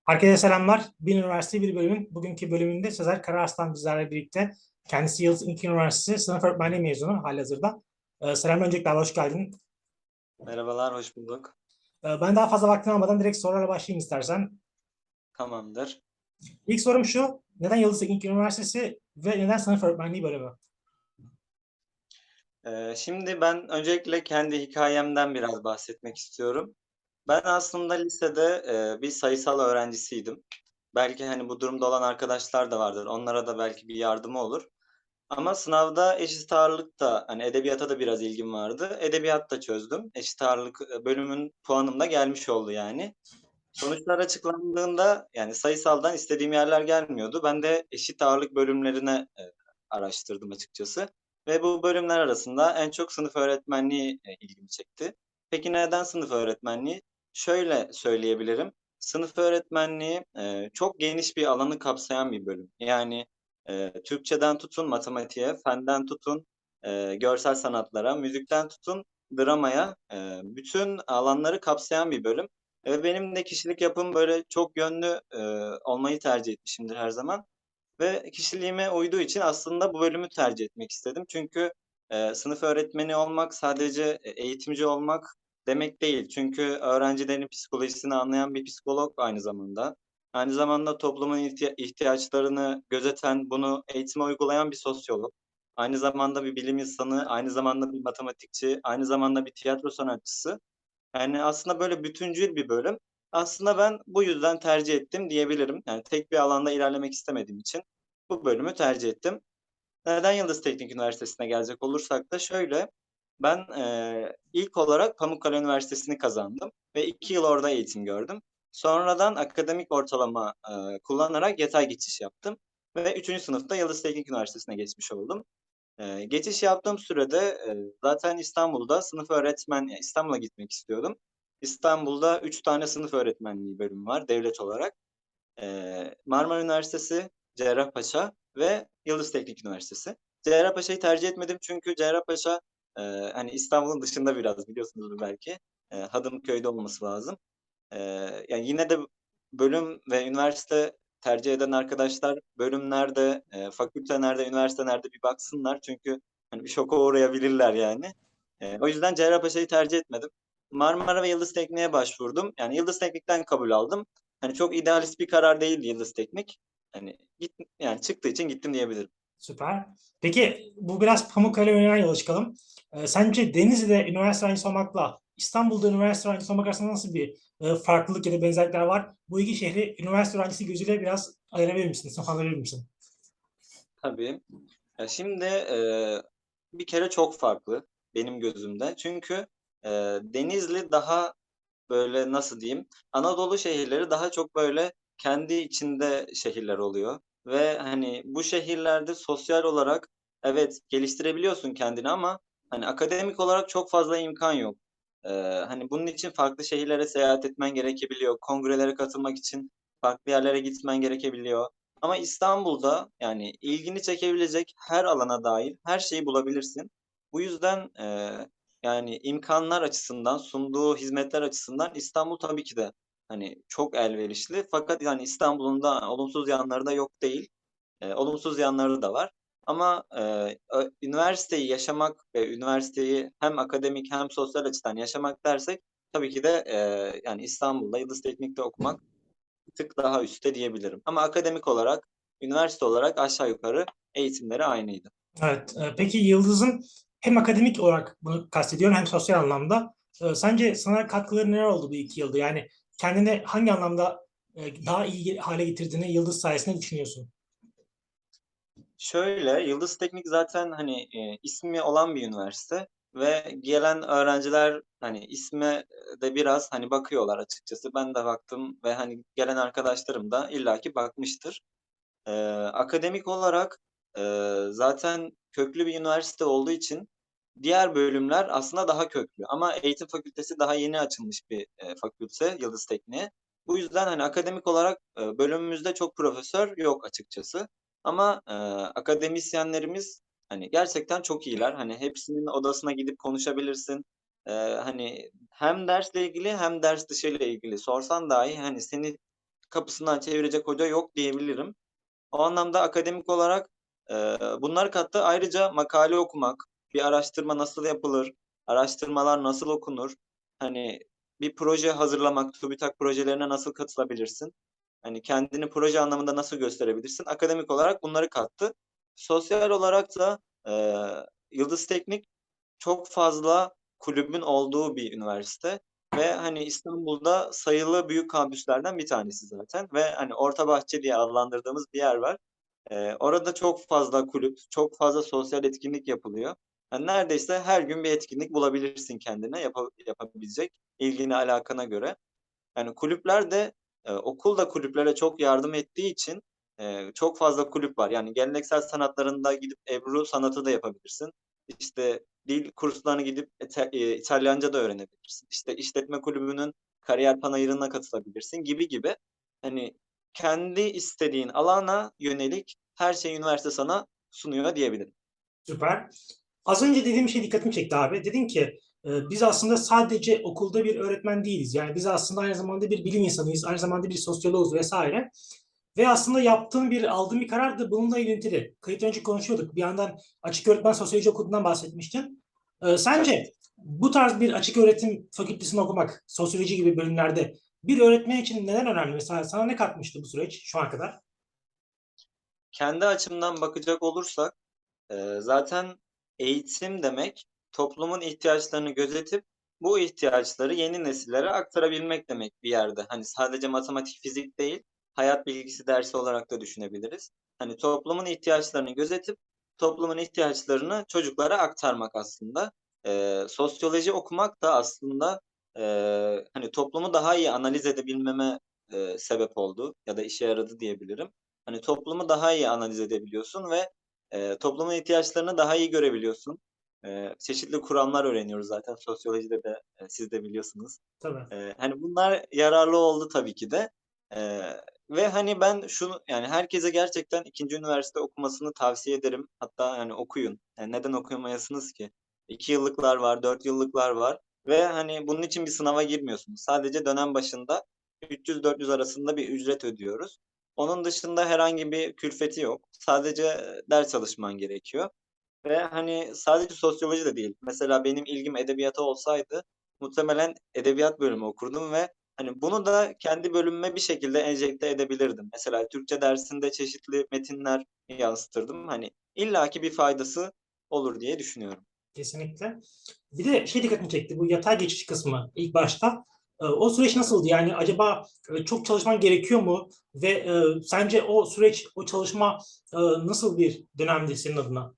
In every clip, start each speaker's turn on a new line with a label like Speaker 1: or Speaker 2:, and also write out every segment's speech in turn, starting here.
Speaker 1: Herkese selamlar. Bir üniversite bir bölümün bugünkü bölümünde Sezer Kararslan bizlerle birlikte. Kendisi Yıldız İlk Üniversitesi sınıf öğretmenliği mezunu halihazırda. Selam öncelikle hoş geldin.
Speaker 2: Merhabalar, hoş bulduk.
Speaker 1: Ben daha fazla vaktini almadan direkt sorulara başlayayım istersen.
Speaker 2: Tamamdır.
Speaker 1: İlk sorum şu. Neden Yıldız İlk Üniversitesi ve neden sınıf öğretmenliği bölümü?
Speaker 2: Şimdi ben öncelikle kendi hikayemden biraz bahsetmek istiyorum. Ben aslında lisede bir sayısal öğrencisiydim. Belki hani bu durumda olan arkadaşlar da vardır. Onlara da belki bir yardımı olur. Ama sınavda eşit ağırlıkta, hani edebiyata da biraz ilgim vardı. Edebiyat da çözdüm. Eşit ağırlık bölümün puanım da gelmiş oldu yani. Sonuçlar açıklandığında yani sayısaldan istediğim yerler gelmiyordu. Ben de eşit ağırlık bölümlerine araştırdım açıkçası. Ve bu bölümler arasında en çok sınıf öğretmenliği ilgimi çekti. Peki neden sınıf öğretmenliği? Şöyle söyleyebilirim. Sınıf öğretmenliği çok geniş bir alanı kapsayan bir bölüm. Yani Türkçeden tutun matematiğe, fenden tutun görsel sanatlara, müzikten tutun dramaya, bütün alanları kapsayan bir bölüm. Benim de kişilik yapım böyle çok yönlü olmayı tercih etmişimdir her zaman. Ve kişiliğime uyduğu için aslında bu bölümü tercih etmek istedim. Çünkü sınıf öğretmeni olmak sadece eğitimci olmak demek değil. Çünkü öğrencilerin psikolojisini anlayan bir psikolog aynı zamanda. Aynı zamanda toplumun ihtiyaçlarını gözeten, bunu eğitime uygulayan bir sosyolog. Aynı zamanda bir bilim insanı, aynı zamanda bir matematikçi, aynı zamanda bir tiyatro sanatçısı. Yani aslında böyle bütüncül bir bölüm. Aslında ben bu yüzden tercih ettim diyebilirim. Yani tek bir alanda ilerlemek istemediğim için bu bölümü tercih ettim. Neden Yıldız Teknik Üniversitesi'ne gelecek olursak da şöyle, ben ilk olarak Pamukkale Üniversitesi'ni kazandım ve 2 yıl orada eğitim gördüm. Sonradan akademik ortalama kullanarak yatay geçiş yaptım ve 3. sınıfta Yıldız Teknik Üniversitesi'ne geçmiş oldum. Geçiş yaptığım sürede zaten İstanbul'da sınıf öğretmen, yani İstanbul'a gitmek istiyordum. İstanbul'da 3 tane sınıf öğretmenliği bölümü var devlet olarak. Marmara Üniversitesi, Cerrahpaşa ve Yıldız Teknik Üniversitesi. Cerrahpaşa'yı tercih etmedim çünkü Cerrahpaşa hani İstanbul'un dışında biraz biliyorsunuzdur belki. Hadımköy'de olması lazım. Yani yine de bölüm ve üniversite tercih eden arkadaşlar bölüm nerede, fakülte nerede, üniversite nerede bir baksınlar. Çünkü hani bir şoka uğrayabilirler yani. O yüzden Cerrahpaşa'yı tercih etmedim. Marmara ve Yıldız Teknik'e başvurdum. Yani Yıldız Teknik'ten kabul aldım. Hani çok idealist bir karar değildi Yıldız Teknik. Hani yani çıktığı için gittim diyebilirim.
Speaker 1: Süper. Peki bu biraz Pamukkale yönünden yola çıkalım. Sence Denizli'de üniversite öğrencisi olmakla İstanbul'da üniversite öğrencisi olmak arasında nasıl bir farklılık ya da benzerlikler var? Bu iki şehri üniversite öğrencisi gözüyle biraz ayırabilir misin, sınıflandırabilir misin?
Speaker 2: Tabii. Ya şimdi bir kere çok farklı benim gözümde. Çünkü Denizli daha böyle nasıl diyeyim, Anadolu şehirleri daha çok böyle kendi içinde şehirler oluyor. Ve hani bu şehirlerde sosyal olarak evet geliştirebiliyorsun kendini ama hani akademik olarak çok fazla imkan yok. Hani bunun için farklı şehirlere seyahat etmen gerekebiliyor. Kongrelere katılmak için farklı yerlere gitmen gerekebiliyor. Ama İstanbul'da yani ilgini çekebilecek her alana dair her şeyi bulabilirsin. Bu yüzden yani imkanlar açısından, sunduğu hizmetler açısından İstanbul tabii ki de hani çok elverişli. Fakat yani İstanbul'un da olumsuz yanları da yok değil. Olumsuz yanları da var. Ama üniversiteyi yaşamak ve üniversiteyi hem akademik hem sosyal açıdan yaşamak dersek tabii ki de yani İstanbul'da Yıldız Teknik'te okumak bir tık daha üstte diyebilirim. Ama akademik olarak, üniversite olarak aşağı yukarı eğitimleri aynıydı.
Speaker 1: Evet. Peki Yıldız'ın hem akademik olarak bunu kastediyorum hem sosyal anlamda. Sence sana katkıları neler oldu bu 2 yılda? Yani kendini hangi anlamda daha iyi hale getirdiğini Yıldız sayesinde düşünüyorsun?
Speaker 2: Şöyle, Yıldız Teknik zaten hani ismi olan bir üniversite ve gelen öğrenciler hani isme de biraz hani bakıyorlar açıkçası. Ben de baktım ve hani gelen arkadaşlarım da illaki bakmıştır. Akademik olarak zaten köklü bir üniversite olduğu için diğer bölümler aslında daha köklü. Ama eğitim fakültesi daha yeni açılmış bir fakülte Yıldız Tekniği. Bu yüzden hani akademik olarak bölümümüzde çok profesör yok açıkçası. Ama akademisyenlerimiz hani gerçekten çok iyiler. Hani hepsinin odasına gidip konuşabilirsin. Hani hem dersle ilgili hem ders dışı ile ilgili sorsan dahi hani seni kapısından çevirecek hoca yok diyebilirim. O anlamda akademik olarak bunlar kattı. Ayrıca makale okumak, bir araştırma nasıl yapılır, araştırmalar nasıl okunur, hani bir proje hazırlamak, TÜBİTAK projelerine nasıl katılabilirsin, hani kendini proje anlamında nasıl gösterebilirsin, akademik olarak bunları kattı. Sosyal olarak da Yıldız Teknik çok fazla kulübün olduğu bir üniversite ve hani İstanbul'da sayılı büyük kampüslerden bir tanesi zaten ve hani Ortabahçe diye adlandırdığımız bir yer var. Orada çok fazla kulüp, çok fazla sosyal etkinlik yapılıyor. Yani neredeyse her gün bir etkinlik bulabilirsin kendine yapabilecek ilgine alakana göre. Yani kulüpler de okul da kulüplere çok yardım ettiği için çok fazla kulüp var. Yani geleneksel sanatlarında gidip Ebru sanatı da yapabilirsin. İşte dil kurslarına gidip İtalyanca da öğrenebilirsin. İşte işletme kulübünün kariyer panayırına katılabilirsin gibi gibi. Hani kendi istediğin alana yönelik her şeyi üniversite sana sunuyor diyebilirim.
Speaker 1: Süper. Az önce dediğim şey dikkatimi çekti abi. Dedin ki biz aslında sadece okulda bir öğretmen değiliz. Yani biz aslında aynı zamanda bir bilim insanıyız. Aynı zamanda bir sosyologuz vesaire. Ve aslında aldığın bir karar da bununla ilintili. Kayıt önce konuşuyorduk. Bir yandan açık öğretmen sosyoloji okulundan bahsetmiştin.
Speaker 2: Evet.
Speaker 1: Sence bu tarz bir açık öğretim fakültesini okumak, sosyoloji gibi bölümlerde bir öğretmen için neden önemli? Mesela sana ne katmıştı bu süreç şu ana kadar?
Speaker 2: Kendi açımdan bakacak olursak zaten eğitim demek toplumun ihtiyaçlarını gözetip bu ihtiyaçları yeni nesillere aktarabilmek demek bir yerde. Hani sadece matematik, fizik değil, hayat bilgisi dersi olarak da düşünebiliriz. Hani toplumun ihtiyaçlarını gözetip toplumun ihtiyaçlarını çocuklara aktarmak aslında. Sosyoloji okumak da aslında hani toplumu daha iyi analiz edebilmeme sebep oldu ya da işe yaradı diyebilirim. Hani toplumu daha iyi analiz edebiliyorsun ve toplumun ihtiyaçlarını daha iyi görebiliyorsun. Çeşitli kuramlar öğreniyoruz zaten sosyolojide de siz de biliyorsunuz.
Speaker 1: Tabii.
Speaker 2: Hani bunlar yararlı oldu tabii ki de. E, Ve hani ben şunu yani herkese gerçekten ikinci üniversite okumasını tavsiye ederim. Hatta yani okuyun. Yani neden okuyamayasınız ki? 2 yıllıklar var, 4 yıllıklar var ve hani bunun için bir sınava girmiyorsunuz. Sadece dönem başında 300-400 arasında bir ücret ödüyoruz. Onun dışında herhangi bir külfeti yok. Sadece ders çalışman gerekiyor. Ve hani sadece sosyoloji de değil. Mesela benim ilgim edebiyata olsaydı muhtemelen edebiyat bölümü okurdum ve hani bunu da kendi bölümüme bir şekilde enjekte edebilirdim. Mesela Türkçe dersinde çeşitli metinler yansıtırdım. Hani illaki bir faydası olur diye düşünüyorum.
Speaker 1: Kesinlikle. Bir de şey dikkatimi çekti, bu yatay geçiş kısmı ilk başta. O süreç nasıldı? Yani acaba çok çalışman gerekiyor mu? Ve sence o süreç, o çalışma nasıl bir dönemdi senin adına?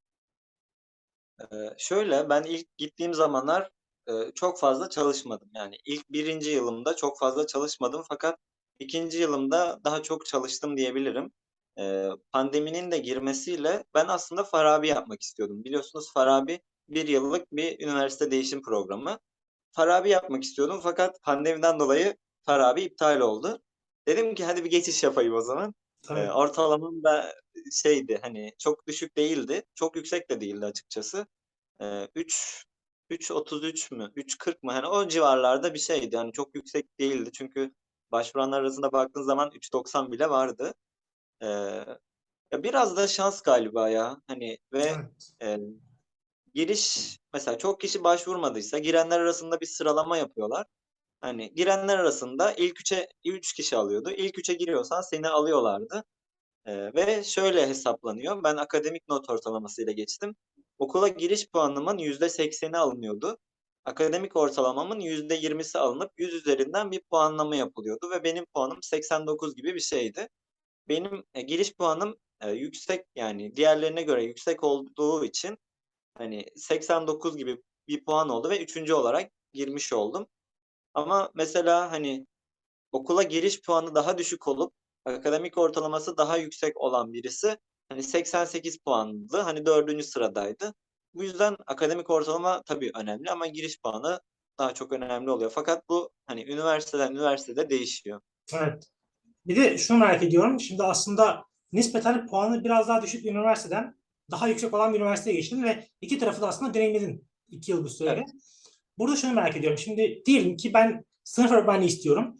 Speaker 2: Şöyle ben ilk gittiğim zamanlar çok fazla çalışmadım. Yani ilk birinci yılımda çok fazla çalışmadım fakat ikinci yılımda daha çok çalıştım diyebilirim. Pandeminin de girmesiyle ben aslında Farabi yapmak istiyordum. Biliyorsunuz Farabi 1 yıllık bir üniversite değişim programı. Farabi yapmak istiyordum fakat pandemiden dolayı Farabi iptal oldu. Dedim ki hadi bir geçiş yapayım o zaman.
Speaker 1: Tabii.
Speaker 2: Ortalamam da şeydi hani çok düşük değildi, çok yüksek de değildi açıkçası. 3 3.33 mü? 3.40 mı? Hani o civarlarda bir şeydi. Yani çok yüksek değildi. Çünkü başvuranlar arasında baktığın zaman 3.90 bile vardı. Ee, Ya biraz da şans galiba ya. Hani ve
Speaker 1: Evet.
Speaker 2: e, giriş mesela çok kişi başvurmadıysa girenler arasında bir sıralama yapıyorlar. Hani girenler arasında ilk üçe 3 kişi alıyordu. İlk üçe giriyorsan seni alıyorlardı. Ve şöyle hesaplanıyor. Ben akademik not ortalamasıyla geçtim. Okula giriş puanımın %80'i alınıyordu. Akademik ortalamamın %20'si alınıp 100 üzerinden bir puanlama yapılıyordu ve benim puanım 89 gibi bir şeydi. Benim giriş puanım yüksek yani diğerlerine göre yüksek olduğu için hani 89 gibi bir puan oldu ve üçüncü olarak girmiş oldum. Ama mesela hani okula giriş puanı daha düşük olup akademik ortalaması daha yüksek olan birisi hani 88 puanlı hani dördüncü sıradaydı. Bu yüzden akademik ortalama tabii önemli ama giriş puanı daha çok önemli oluyor. Fakat bu hani üniversiteden üniversitede değişiyor.
Speaker 1: Evet. Bir de şunu merak ediyorum. Şimdi aslında nispeten puanı biraz daha düşük bir üniversiteden daha yüksek olan bir üniversiteye geçtin ve iki tarafı da aslında deneyimledin 2 yıl bir sürede.
Speaker 2: Evet.
Speaker 1: Burada şunu merak ediyorum. Şimdi diyelim ki ben sınıf öğretmenliği istiyorum.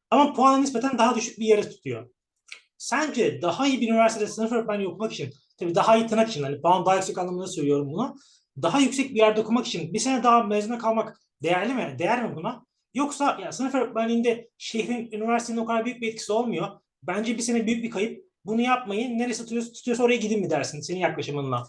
Speaker 1: ama puanı nispeten daha düşük bir yere tutuyor. Sence daha iyi bir üniversitede sınıf öğretmenliği okumak için, tabii daha iyi tırnak için, hani puan daha yüksek anlamında söylüyorum bunu. Daha yüksek bir yerde okumak için bir sene daha mezuna kalmak değerli mi? Değer mi buna? Yoksa ya sınıf öğretmenliğinde şehrin, üniversitenin o kadar büyük bir etkisi olmuyor. Bence bir sene büyük bir kayıp. Bunu yapmayın. Neresi tutuyorsa oraya gidin mi dersin senin yaklaşımınla?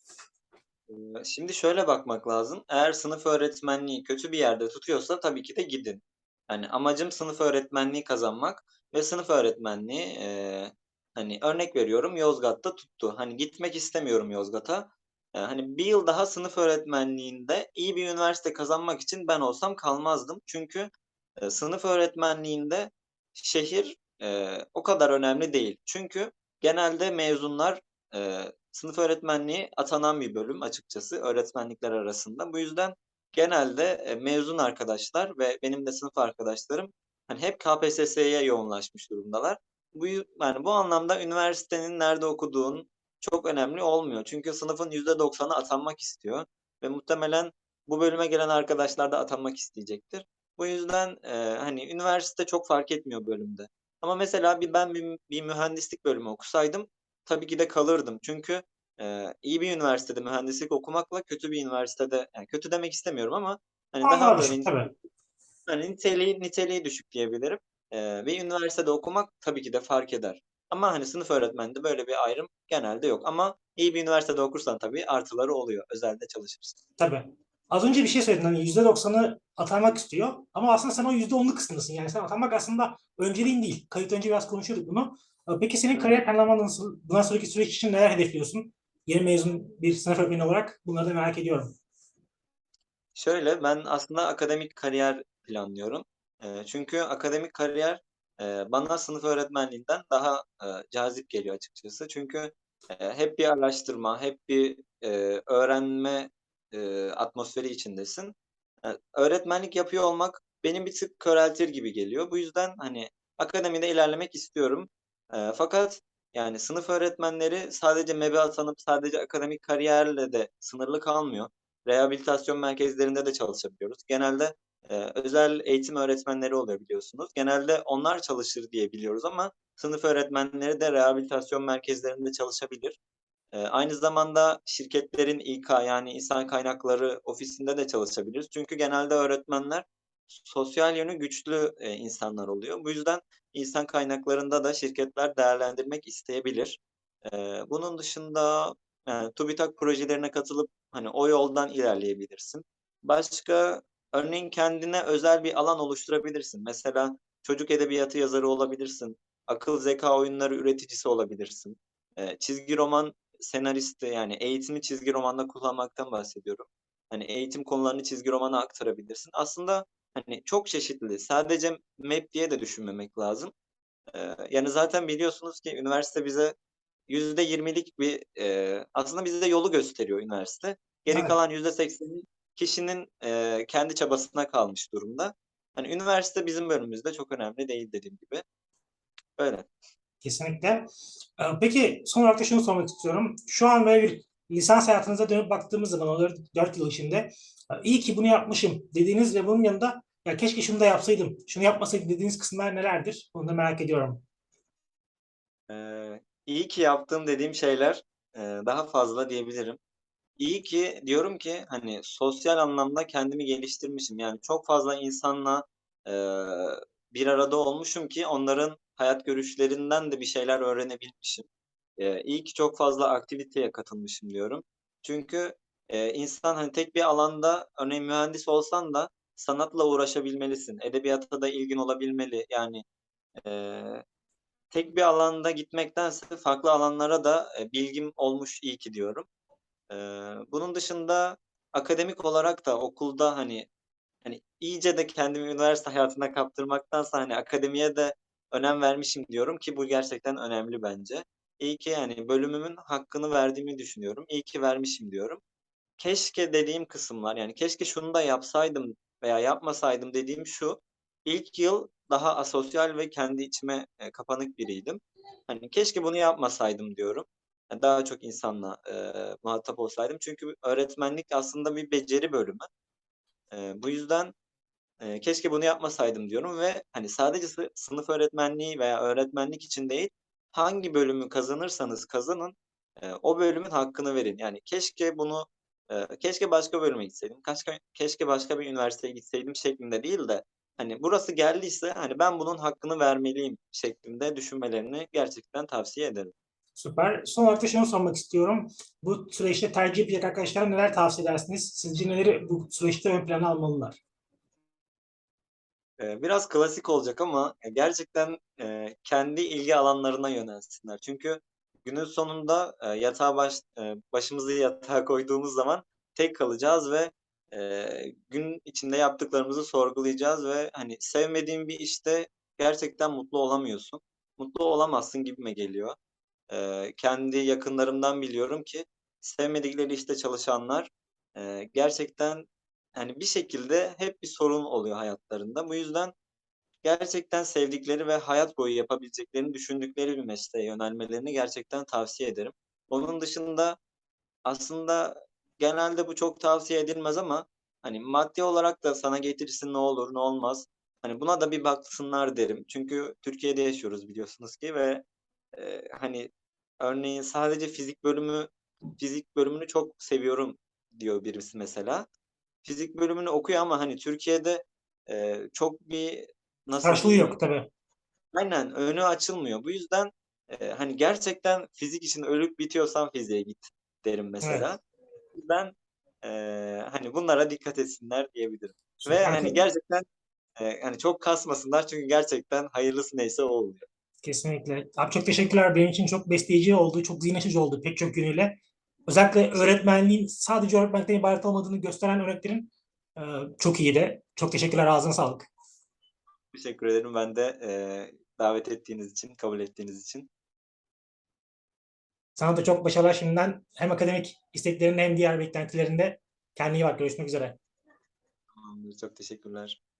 Speaker 2: Şimdi şöyle bakmak lazım. Eğer sınıf öğretmenliği kötü bir yerde tutuyorsa tabii ki de gidin. Hani amacım sınıf öğretmenliği kazanmak ve sınıf öğretmenliği hani örnek veriyorum Yozgat'ta tuttu. Hani gitmek istemiyorum Yozgat'a. Hani bir yıl daha sınıf öğretmenliğinde iyi bir üniversite kazanmak için ben olsam kalmazdım. Çünkü sınıf öğretmenliğinde şehir o kadar önemli değil. Çünkü genelde mezunlar sınıf öğretmenliği atanan bir bölüm açıkçası öğretmenlikler arasında. Bu yüzden genelde mezun arkadaşlar ve benim de sınıf arkadaşlarım hani hep KPSS'ye yoğunlaşmış durumdalar. Yani bu anlamda üniversitenin nerede okuduğun çok önemli olmuyor. Çünkü sınıfın %90'ı atanmak istiyor ve muhtemelen bu bölüme gelen arkadaşlar da atanmak isteyecektir. Bu yüzden hani üniversite çok fark etmiyor bölümde. Ama mesela ben bir mühendislik bölümü okusaydım tabii ki de kalırdım. Çünkü iyi bir üniversitede mühendislik okumakla kötü bir üniversitede, yani kötü demek istemiyorum ama hani
Speaker 1: Puan
Speaker 2: daha
Speaker 1: daha
Speaker 2: böyle
Speaker 1: düşük tabii.
Speaker 2: hani niteliği düşük diyebilirim. Bir üniversitede okumak tabii ki de fark eder. Ama hani sınıf öğretmeninde böyle bir ayrım genelde yok. Ama iyi bir üniversitede okursan tabii artıları oluyor. Özelde çalışırsın.
Speaker 1: Tabii. Az önce bir şey söyledin, hani %90'ı atanmak istiyor ama aslında sen o %10'luk kısmındasın. Yani sen atanmak aslında önceliğin değil. Kayıt önce biraz konuşuyorduk bunu. Peki senin
Speaker 2: Hı hı.
Speaker 1: kariyer planlaman nasıl? Bundan sonraki süreç için neler hedefliyorsun? Yeni mezun bir sınıf öğretmeni olarak bunları da merak ediyorum.
Speaker 2: Şöyle, ben aslında akademik kariyer planlıyorum. Çünkü akademik kariyer bana sınıf öğretmenliğinden daha cazip geliyor açıkçası. Çünkü hep bir araştırma, hep bir öğrenme atmosferi içindesin. Öğretmenlik yapıyor olmak beni bir tık köreltir gibi geliyor. Bu yüzden hani akademide ilerlemek istiyorum. Fakat yani sınıf öğretmenleri sadece MEB'e atanıp sadece akademik kariyerle de sınırlı kalmıyor. Rehabilitasyon merkezlerinde de çalışabiliyoruz. Genelde özel eğitim öğretmenleri oluyor biliyorsunuz. Genelde onlar çalışır diye biliyoruz ama sınıf öğretmenleri de rehabilitasyon merkezlerinde çalışabilir. Aynı zamanda şirketlerin İK yani insan kaynakları ofisinde de çalışabiliriz. Çünkü genelde öğretmenler sosyal yönü güçlü insanlar oluyor. Bu yüzden insan kaynaklarında da şirketler değerlendirmek isteyebilir. Bunun dışında yani TÜBİTAK projelerine katılıp hani o yoldan ilerleyebilirsin. Başka örneğin kendine özel bir alan oluşturabilirsin. Mesela çocuk edebiyatı yazarı olabilirsin. Akıl zeka oyunları üreticisi olabilirsin. Çizgi roman senaristi yani eğitimi çizgi romanda kullanmaktan bahsediyorum. Hani eğitim konularını çizgi romana aktarabilirsin. Aslında hani çok çeşitli. Sadece map diye de düşünmemek lazım. Yani zaten biliyorsunuz ki üniversite bize %20'lik bir aslında bize yolu gösteriyor üniversite. Geri
Speaker 1: Evet,
Speaker 2: kalan %80'i kişinin kendi çabasına kalmış durumda. Hani üniversite bizim bölümümüzde çok önemli değil dediğim gibi. Öyle.
Speaker 1: kesinlikle. Peki son olarak da şunu sormak istiyorum. Şu an böyle bir lisans hayatınıza dönüp baktığımız zaman o 4 yıl içinde iyi ki bunu yapmışım dediğiniz ve bunun yanında ya keşke şunu da yapsaydım, şunu yapmasaydım dediğiniz kısımlar nelerdir? Bunu da merak ediyorum.
Speaker 2: İyi ki yaptığım dediğim şeyler daha fazla diyebilirim. İyi ki diyorum ki hani sosyal anlamda kendimi geliştirmişim. Yani çok fazla insanla eee, bir arada olmuşum ki onların hayat görüşlerinden de bir şeyler öğrenebilmişim. İyi ki çok fazla aktiviteye katılmışım diyorum. Çünkü insan hani tek bir alanda örneğin mühendis olsan da sanatla uğraşabilmelisin. Edebiyata da ilgin olabilmeli. Yani eee, tek bir alanda gitmektense farklı alanlara da bilgim olmuş iyi ki diyorum. Bunun dışında akademik olarak da okulda hani iyice de kendimi üniversite hayatına kaptırmaktansa hani akademiye de önem vermişim diyorum ki bu gerçekten önemli bence. İyi ki yani bölümümün hakkını verdiğimi düşünüyorum. İyi ki vermişim diyorum. Keşke dediğim kısımlar yani keşke şunu da yapsaydım veya yapmasaydım dediğim şu. İlk yıl daha asosyal ve kendi içime kapanık biriydim. Hani keşke bunu yapmasaydım diyorum. Yani daha çok insanla muhatap olsaydım. Çünkü öğretmenlik aslında bir beceri bölümü. Bu yüzden keşke bunu yapmasaydım diyorum ve hani sadece sınıf öğretmenliği veya öğretmenlik için değil, hangi bölümü kazanırsanız kazanın, o bölümün hakkını verin. Yani keşke başka bölüme gitseydim, keşke başka bir üniversiteye gitseydim şeklinde değil de hani burası geldiyse hani ben bunun hakkını vermeliyim şeklinde düşünmelerini gerçekten tavsiye ederim.
Speaker 1: Süper. Son olarak da şunu sormak istiyorum. Bu süreçte tercih yapacak arkadaşlara neler tavsiye edersiniz? Sizce neleri bu süreçte ön plana almalılar?
Speaker 2: Biraz klasik olacak ama gerçekten, kendi ilgi alanlarına yönelsinler. Çünkü günün sonunda, başımızı yatağa koyduğumuz zaman tek kalacağız ve, gün içinde yaptıklarımızı sorgulayacağız ve, hani, sevmediğin bir işte gerçekten mutlu olamıyorsun. Mutlu olamazsın gibime geliyor. Kendi yakınlarımdan biliyorum ki sevmedikleri işte çalışanlar, gerçekten, hani, bir şekilde hep bir sorun oluyor hayatlarında. Bu yüzden gerçekten sevdikleri ve hayat boyu yapabileceklerini düşündükleri bir mesleğe yönelmelerini gerçekten tavsiye ederim. Onun dışında aslında genelde bu çok tavsiye edilmez ama, hani, maddi olarak da sana getirisi ne olur ne olmaz, hani, buna da bir baksınlar derim. Çünkü Türkiye'de yaşıyoruz biliyorsunuz ki ve, hani, örneğin sadece fizik bölümünü çok seviyorum diyor birisi mesela. Fizik bölümünü okuyor ama, hani, Türkiye'de, çok bir nasıl
Speaker 1: Karşılığı
Speaker 2: diyeyim.
Speaker 1: yok tabii.
Speaker 2: Aynen, önü açılmıyor. Bu yüzden, hani, gerçekten fizik için ölüp bitiyorsan fiziğe git derim
Speaker 1: Evet.
Speaker 2: mesela. O yüzden, hani, bunlara dikkat etsinler diyebilirim ve,
Speaker 1: Süper.
Speaker 2: hani, gerçekten, hani, çok kasmasınlar çünkü gerçekten hayırlısı neyse o oluyor.
Speaker 1: Kesinlikle. Abi çok teşekkürler. Benim için çok besleyici oldu, çok zihin açıcı oldu pek çok yönüyle. Özellikle
Speaker 2: Teşekkür
Speaker 1: öğretmenliğin sadece öğretmenlikten ibaret olmadığını gösteren örneklerin çok iyiydi. Çok teşekkürler. Ağzına sağlık.
Speaker 2: teşekkür ederim ben de, davet ettiğiniz için, kabul ettiğiniz için.
Speaker 1: Sana da çok başarılar şimdiden. Hem akademik isteklerinde hem diğer beklentilerinde. Kendine iyi bak. Görüşmek üzere.
Speaker 2: Tamamdır, çok teşekkürler.